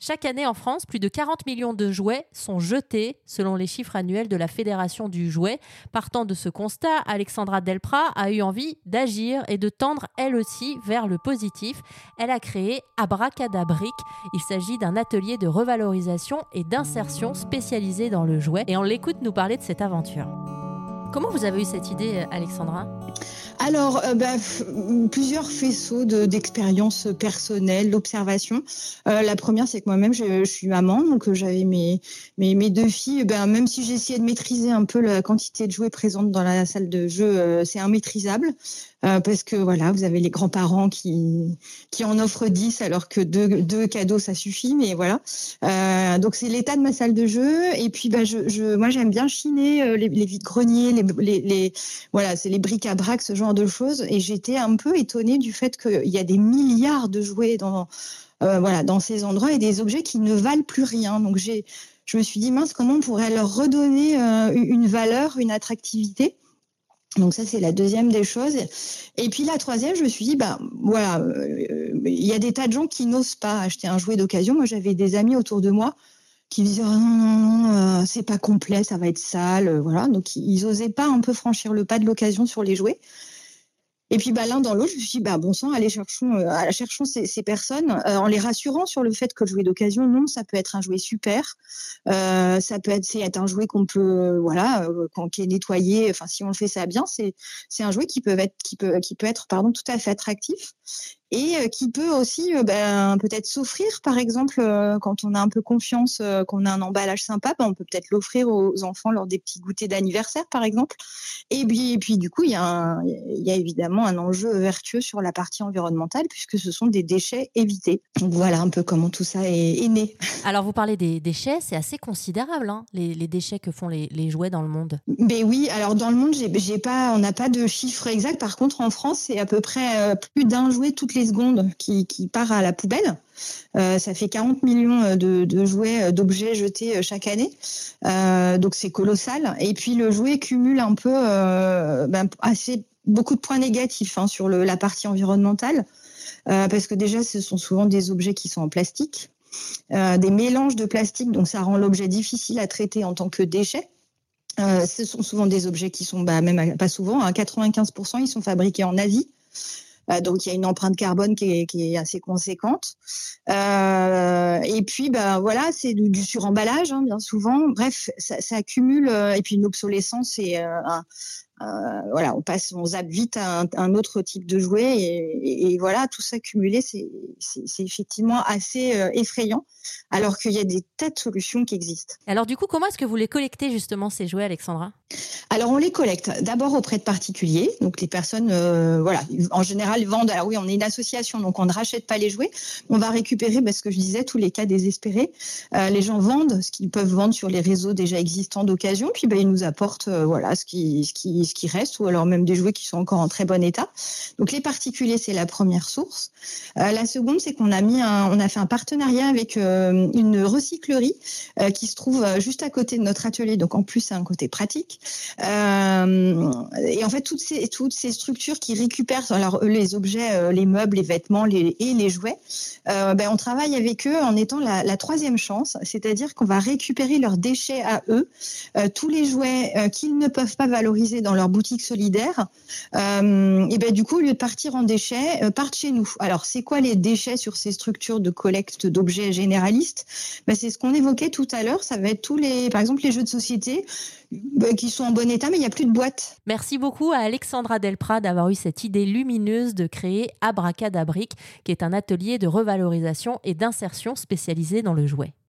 Chaque année en France, plus de 40 millions de jouets sont jetés, selon les chiffres annuels de la Fédération du jouet. Partant de ce constat, Alexandra Delprat a eu envie d'agir et de tendre elle aussi vers le positif. Elle a créé Abracadabric. Il s'agit d'un atelier de revalorisation et d'insertion spécialisé dans le jouet. Et on l'écoute nous parler de cette aventure. Comment vous avez eu cette idée, Alexandra ? Alors, plusieurs faisceaux d'expériences personnelles, d'observations. La première, c'est que moi-même, je suis maman, donc j'avais mes deux filles. Même si j'ai essayé de maîtriser un peu la quantité de jouets présente dans la salle de jeu, c'est immaîtrisable. Parce que voilà, vous avez les grands-parents qui en offrent 10 alors que deux cadeaux ça suffit, mais voilà. Donc c'est l'état de ma salle de jeu. Et puis moi j'aime bien chiner les vide-greniers, voilà, c'est les bric-à-brac, ce genre de choses. Et j'étais un peu étonnée du fait qu'il y a des milliards de jouets dans ces endroits et des objets qui ne valent plus rien. Donc je me suis dit mince, comment on pourrait leur redonner une valeur, une attractivité. Donc ça, c'est la deuxième des choses. Et puis la troisième, je me suis dit, il y a des tas de gens qui n'osent pas acheter un jouet d'occasion. Moi, j'avais des amis autour de moi qui me disaient, non, c'est pas complet, ça va être sale, voilà. Donc ils osaient pas un peu franchir le pas de l'occasion sur les jouets. Et puis l'un dans l'autre, je me suis dit, bon sang, cherchons ces personnes en les rassurant sur le fait que le jouet d'occasion, non, ça peut être un jouet super, ça peut être un jouet qu'on peut qui est nettoyé. Enfin, si on le fait ça bien, c'est un jouet qui peut être tout à fait attractif. Et qui peut aussi peut-être s'offrir, par exemple, quand on a un peu confiance, qu'on a un emballage sympa, on peut peut-être l'offrir aux enfants lors des petits goûters d'anniversaire, par exemple. Et puis du coup, il y a évidemment un enjeu vertueux sur la partie environnementale, puisque ce sont des déchets évités. Donc voilà un peu comment tout ça est né. Alors vous parlez des déchets, c'est assez considérable, hein, les déchets que font les jouets dans le monde. Mais oui, alors dans le monde, on n'a pas de chiffre exact. Par contre, en France, c'est à peu près plus d'un jouet toutes les secondes qui part à la poubelle. Ça fait 40 millions de jouets, d'objets jetés chaque année. Donc c'est colossal. Et puis le jouet cumule un peu beaucoup de points négatifs sur la partie environnementale. Parce que déjà, ce sont souvent des objets qui sont en plastique. Des mélanges de plastique, donc ça rend l'objet difficile à traiter en tant que déchet. Ce sont souvent des objets qui sont, même pas souvent, à 95%, ils sont fabriqués en Asie. Donc il y a une empreinte carbone qui est assez conséquente. Et puis c'est du suremballage, bien souvent. Bref, ça accumule et puis une obsolescence et on zappe vite à un autre type de jouet et voilà, tout ça cumulé, c'est effectivement assez effrayant, alors qu'il y a des tas de solutions qui existent. Alors du coup, comment est-ce que vous les collectez justement ces jouets, Alexandra ? Alors on les collecte d'abord auprès de particuliers, donc les personnes, en général vendent. Alors oui, on est une association, donc on ne rachète pas les jouets. On va récupérer, ce que je disais, tous les cas désespérés. Les gens vendent ce qu'ils peuvent vendre sur les réseaux déjà existants d'occasion, puis ils nous apportent ce qui reste, ou alors même des jouets qui sont encore en très bon état. Donc les particuliers, c'est la première source. La seconde, c'est qu'on a fait un partenariat avec une recyclerie qui se trouve juste à côté de notre atelier. Donc en plus, c'est un côté pratique. Et en fait, toutes ces structures qui récupèrent les objets, les meubles, les vêtements et les jouets, on travaille avec eux en étant la troisième chance, c'est-à-dire qu'on va récupérer leurs déchets à eux, tous les jouets qu'ils ne peuvent pas valoriser dans leur boutique solidaire, du coup, au lieu de partir en déchets, partent chez nous. Alors, c'est quoi les déchets sur ces structures de collecte d'objets généralistes ? C'est ce qu'on évoquait tout à l'heure, ça va être par exemple, les jeux de société qui sont en bon état, mais il n'y a plus de boîtes. Merci beaucoup à Alexandra Delprat d'avoir eu cette idée lumineuse de créer Abracadabric, qui est un atelier de revalorisation et d'insertion spécialisé dans le jouet.